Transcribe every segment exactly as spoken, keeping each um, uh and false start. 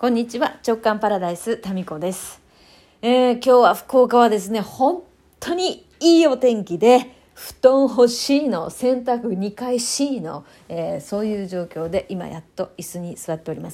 こんにちは、直感パラダイスタミコです、えー、今日は福岡はですね、本当にいいお天気で布団欲しいの、洗濯にかいしいの、えー、そういう状況で今やっと椅子に座っております。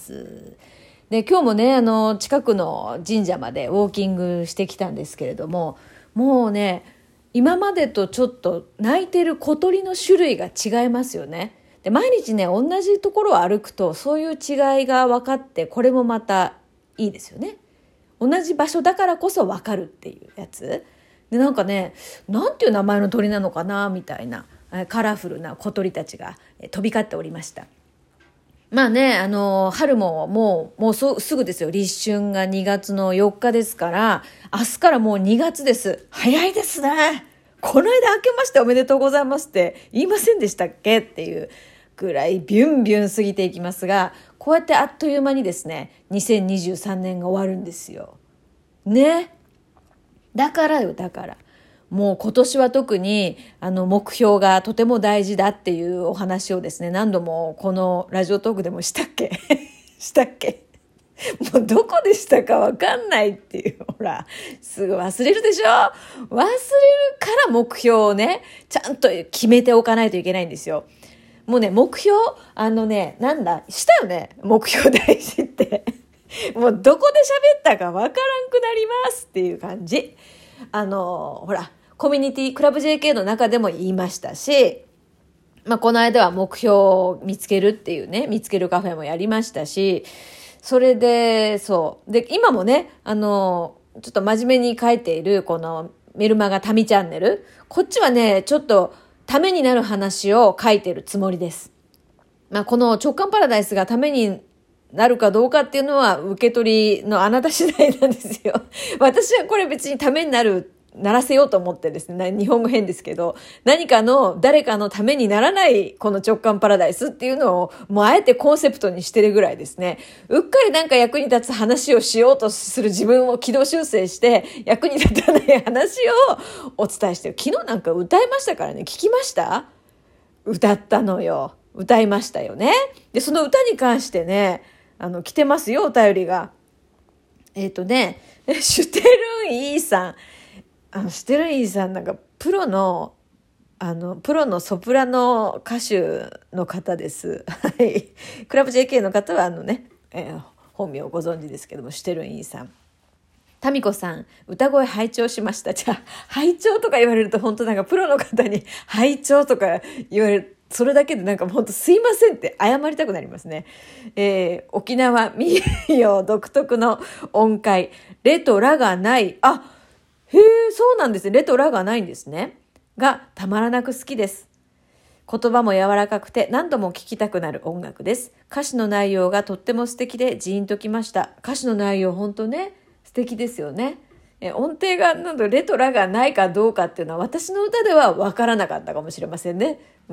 で、今日もね、あの近くの神社までウォーキングしてきたんですけれども、もうね、今までとちょっと鳴いてる小鳥の種類が違いますよね。で、毎日ね、同じところを歩くとそういう違いが分かって、これもまたいいですよね。同じ場所だからこそ分かるっていうやつで、なんかね、なんていう名前の鳥なのかなみたいなカラフルな小鳥たちが飛び交っておりました。まあね、あの春ももうもうそすぐですよ。立春がにがつのよっかですから、明日からもうにがつです。早いですね。この間明けましておめでとうございますって言いませんでしたっけっていうぐらいビュンビュン過ぎていきますが、こうやってあっという間にですね、にせんにじゅうさんねんが終わるんですよ。ね。だからよ、だから。もう今年は特にあの目標がとても大事だっていうお話をですね、何度もこのラジオトークでもしたっけしたっけもうどこでしたかわかんないっていう、ほら、すぐ忘れるでしょ。忘れるから目標をね、ちゃんと決めておかないといけないんですよ。もうね、目標、あのね、なんだ、したよね、目標大事って。もうどこで喋ったかわからんくなりますっていう感じ。あの、ほら、コミュニティ、クラブ ジェーケー の中でも言いましたし、まあ、この間は目標を見つけるっていうね、見つけるカフェもやりましたし、それで、そう。で、今もね、あの、ちょっと真面目に書いている、このメルマガタミチャンネル。こっちはね、ちょっとためになる話を書いてるつもりです。まあ、この直感パラダイスがためになるかどうかっていうのは受け取りのあなた次第なんですよ。私はこれ別にためになる、ならせようと思ってですね、日本語変ですけど、何かの誰かのためにならないこの直感パラダイスっていうのをもうあえてコンセプトにしてるぐらいですね。うっかりなんか役に立つ話をしようとする自分を軌道修正して役に立たない話をお伝えしてる。昨日なんか歌いましたからね。聞きました？歌ったのよ。歌いましたよね。で、その歌に関してね、あの来てますよ、お便りが。えっとね、シュテルンイーさん。あのシュテルンイーさんなんかプロのあのプロのソプラノ歌手の方です。はい。クラブ ジェーケー の方はあのね、えー、本名をご存知ですけども、シュテルンイーさん。タミコさん、歌声拝聴しました。じゃあ拝聴とか言われると本当なんかプロの方に拝聴とか言われる。それだけでなんか本当すいませんって謝りたくなりますね。えー、沖縄民謡独特の音階、レとラがない。あ、へえ、そうなんですね。レとラがないんですね。がたまらなく好きです。言葉も柔らかくて何度も聴きたくなる音楽です。歌詞の内容がとっても素敵でジーンときました。歌詞の内容本当ね、素敵ですよね。え音程がなんとレとラがないかどうかっていうのは私の歌では分からなかったかもしれませんね。うん、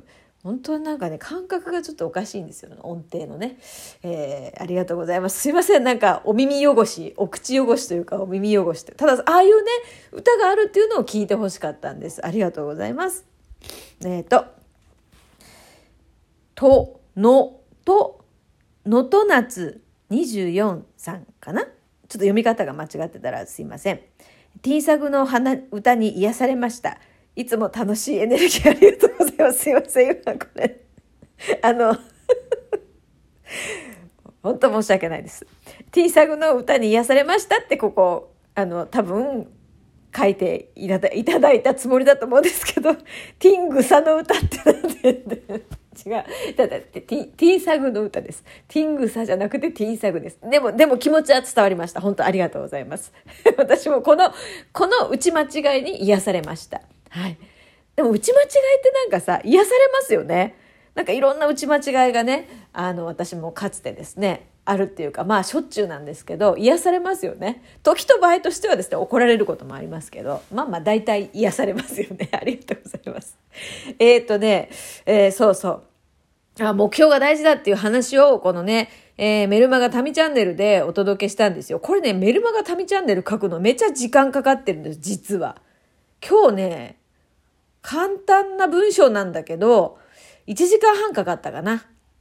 本当になんかね、感覚がちょっとおかしいんですよ、音程のね。えー、ありがとうございます。すいません、なんかお耳汚し、お口汚しというかお耳汚しって、ただああいうね歌があるっていうのを聞いてほしかったんです。ありがとうございます。えっ、ー、ととのとのとなつにじゅうよんさんかな。ちょっと読み方が間違ってたらすいません。ティーサグの花歌に癒されました。いつも楽しいエネルギーありがとうございます。すいません、今これあの本当申し訳ないです。ティーサグの歌に癒されましたってここあの多分書いていただいただいたつもりだと思うんですけど、ティングサの歌ってなんで違う。ただティ、ティーサグの歌です。ティングサじゃなくてティーサグです。でも、でも気持ちは伝わりました。本当ありがとうございます。私もこの、この打ち間違いに癒されました。はい。でも打ち間違いってなんかさ、癒されますよね。なんかいろんな打ち間違いがね、あの、私もかつてですね、あるっていうか、まあしょっちゅうなんですけど、癒されますよね。時と場合としてはですね、怒られることもありますけど、まあまあ大体癒されますよね。ありがとうございます。えっとね、えー、そうそう。あ、目標が大事だっていう話を、このね、えー、メルマガタミチャンネルでお届けしたんですよ。これね、メルマガタミチャンネル書くのめっちゃ時間かかってるんです、実は。今日ね、簡単な文章なんだけど、いちじかんはんかかったかな。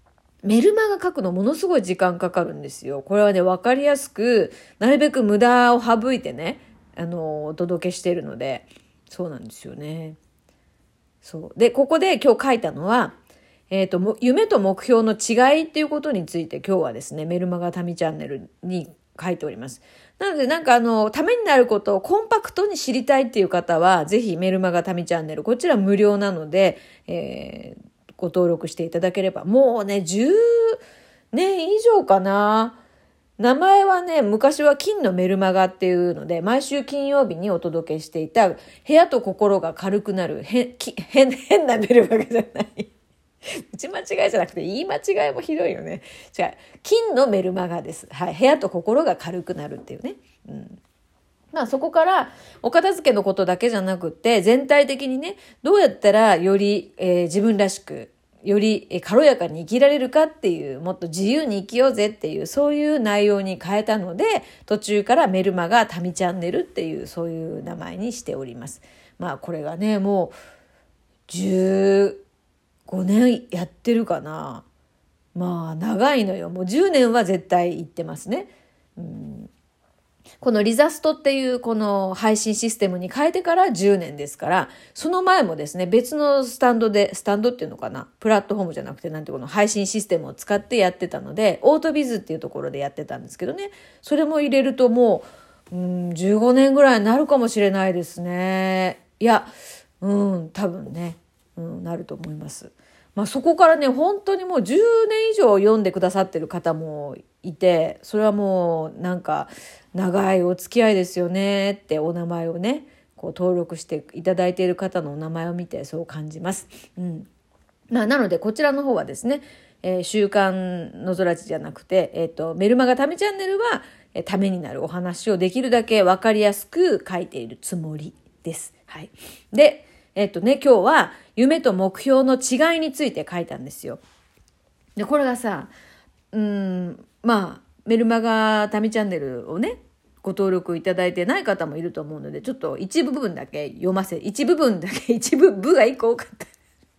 メルマガ書くのものすごい時間かかるんですよ。これはね、わかりやすく、なるべく無駄を省いてね、あの、お届けしているので、そうなんですよね。そう。で、ここで今日書いたのは、えっと、夢と目標の違いっていうことについて今日はですね、メルマガタミチャンネルに書いております。なので、なんかあの、ためになることをコンパクトに知りたいっていう方は、ぜひメルマガタミチャンネル、こちら無料なので、えー、ご登録していただければ、もうね、じゅうねん以上かな。名前はね、昔は金のメルマガっていうので、毎週金曜日にお届けしていた、部屋と心が軽くなる、変、変、変なメルマガじゃない。打ち間違いじゃなくて、言い間違いもひどいよね。違う。金のメルマガです。はい。部屋と心が軽くなるっていうね。うん。まあそこからお片付けのことだけじゃなくて、全体的にね、どうやったらより、えー、自分らしく、より軽やかに生きられるかっていう、もっと自由に生きようぜっていう、そういう内容に変えたので、途中からメルマガタミチャンネルっていう、そういう名前にしております。まあこれがね、もうじゅうごねんやってるかな。まあ長いのよ。もうじゅうねんは絶対行ってますね。うん、このリザストっていうこの配信システムに変えてからじゅうねんですから、その前もですね、別のスタンドで、スタンドっていうのかな、プラットフォームじゃなくて、なんてこの配信システムを使ってやってたので、オートビズっていうところでやってたんですけどね、それも入れるともう、うん、じゅうごねんぐらいになるかもしれないですね。いや、うん、多分ね、うん、なると思います。まあ、そこからね、本当にもうじゅうねん以上読んでくださってる方もいて、それはもうなんか長いお付き合いですよねってお名前をね、こう登録していただいている方のお名前を見てそう感じます。うん。まあ、なのでこちらの方はですね、えー、週刊のぞらじじゃなくて、えっと、メルマガタミチャンネルは、えー、ためになるお話をできるだけわかりやすく書いているつもりです。はい。で、えっとね、今日は夢と目標の違いについて書いたんですよ。で、これがさ、うーん、まあ、メルマガタミチャンネルをね、ご登録いただいてない方もいると思うので、ちょっと一部分だけ読ませ、一部分だけ、一部、部が一個多かった。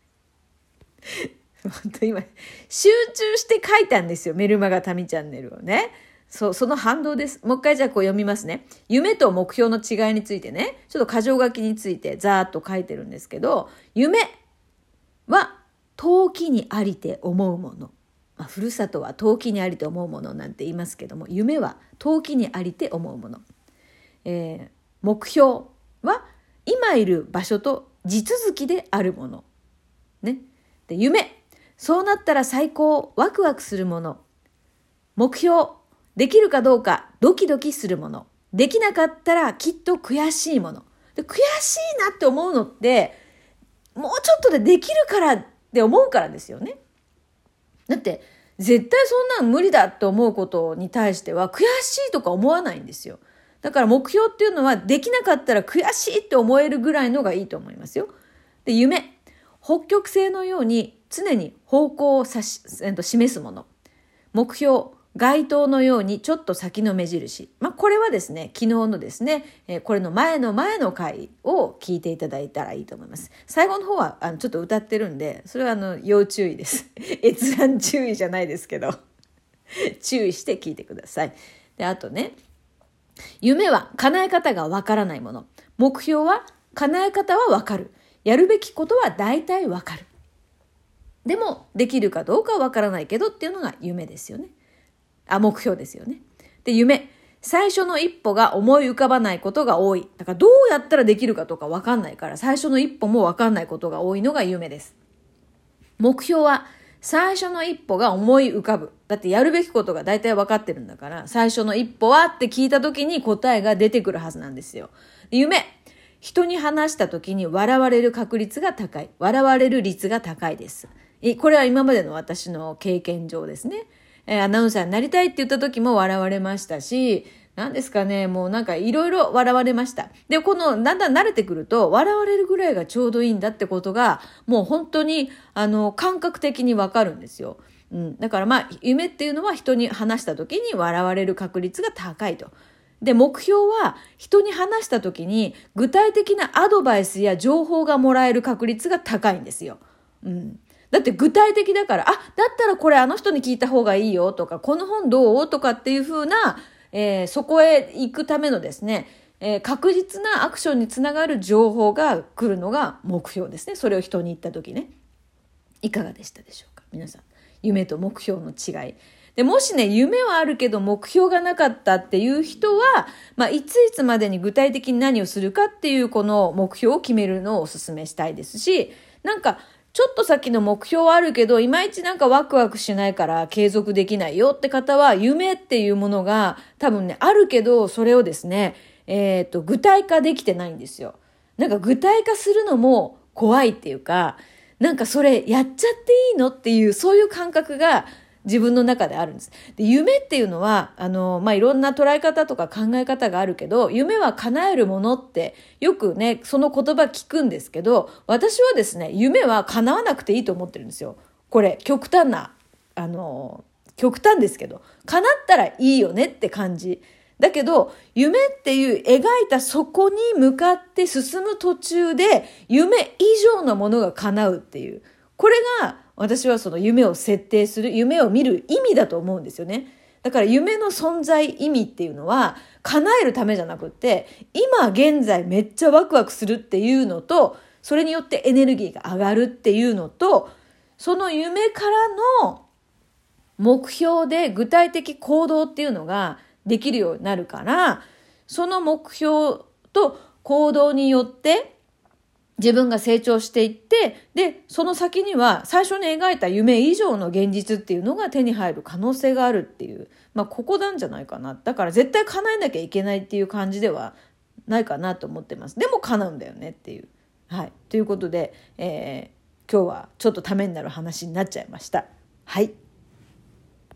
本当今、集中して書いたんですよ、メルマガタミチャンネルをね。そう、その反動です。もう一回じゃあこう読みますね。夢と目標の違いについてね、ちょっと箇条書きについてざーっと書いてるんですけど、夢は遠きにありて思うもの。まあ、ふるさとは遠きにありて思うものなんて言いますけども、夢は遠きにありて思うもの。えー、目標は今いる場所と地続きであるもの。ね。で、夢。そうなったら最高、ワクワクするもの。目標。できるかどうかドキドキするもの。できなかったらきっと悔しいもの。で、悔しいなって思うのって、もうちょっとでできるからって思うからですよね。だって、絶対そんなん無理だって思うことに対しては悔しいとか思わないんですよ。だから目標っていうのはできなかったら悔しいって思えるぐらいのがいいと思いますよ。で、夢。北極星のように常に方向を指し、えっと、示すもの。目標。街灯のようにちょっと先の目印。まあ、これはですね、昨日のですね、えー、これの前の前の回を聞いていただいたらいいと思います。最後の方はあのちょっと歌ってるんで、それはあの要注意です。閲覧注意じゃないですけど、注意して聞いてください。で、あとね、夢は叶え方がわからないもの。目標は叶え方はわかる。やるべきことは大体わかる。でも、できるかどうかはわからないけどっていうのが夢ですよね。あ、目標ですよね。で、夢。最初の一歩が思い浮かばないことが多い。だからどうやったらできるかとかわかんないから、最初の一歩もわかんないことが多いのが夢です。目標は、最初の一歩が思い浮かぶ。だってやるべきことが大体わかってるんだから、最初の一歩はって聞いた時に答えが出てくるはずなんですよ。で、夢。人に話した時に笑われる確率が高い。笑われる率が高いです。これは今までの私の経験上ですね。えー、アナウンサーになりたいって言った時も笑われましたし、何ですかね、もうなんかいろいろ笑われました。で、このだんだん慣れてくると、笑われるぐらいがちょうどいいんだってことが、もう本当にあの感覚的にわかるんですよ。うん、だからまあ夢っていうのは人に話した時に笑われる確率が高いと。で、目標は人に話した時に具体的なアドバイスや情報がもらえる確率が高いんですよ。うん。 だって具体的だから、あ、だったらこれあの人に聞いた方がいいよとか、この本どうとかっていう風な、えー、そこへ行くためのですね、えー、確実なアクションにつながる情報が来るのが目標ですね。それを人に言った時ね。いかがでしたでしょうか皆さん。夢と目標の違い。でもしね、夢はあるけど目標がなかったっていう人は、まあ、いついつまでに具体的に何をするかっていうこの目標を決めるのをお勧めしたいですし、なんかちょっと先の目標はあるけどいまいちなんかワクワクしないから継続できないよって方は、夢っていうものが多分ねあるけど、それをですね、えーと、具体化できてないんですよ。なんか具体化するのも怖いっていうか、なんかそれやっちゃっていいのっていう、そういう感覚が自分の中であるんです。で、夢っていうのは、あの、まあ、いろんな捉え方とか考え方があるけど、夢は叶えるものってよくね、その言葉聞くんですけど、私はですね、夢は叶わなくていいと思ってるんですよ。これ、極端な、あの、極端ですけど、叶ったらいいよねって感じ。だけど、夢っていう描いたそこに向かって進む途中で、夢以上のものが叶うっていう。これが私はその夢を設定する、夢を見る意味だと思うんですよね。だから夢の存在意味っていうのは叶えるためじゃなくって、今現在めっちゃワクワクするっていうのと、それによってエネルギーが上がるっていうのと、その夢からの目標で具体的行動っていうのができるようになるから、その目標と行動によって自分が成長していって、で、その先には最初に描いた夢以上の現実っていうのが手に入る可能性があるっていう、まあここなんじゃないかな。だから絶対叶えなきゃいけないっていう感じではないかなと思ってます。でも叶うんだよねっていう。はい。ということで、えー、今日はちょっとためになる話になっちゃいました。はい。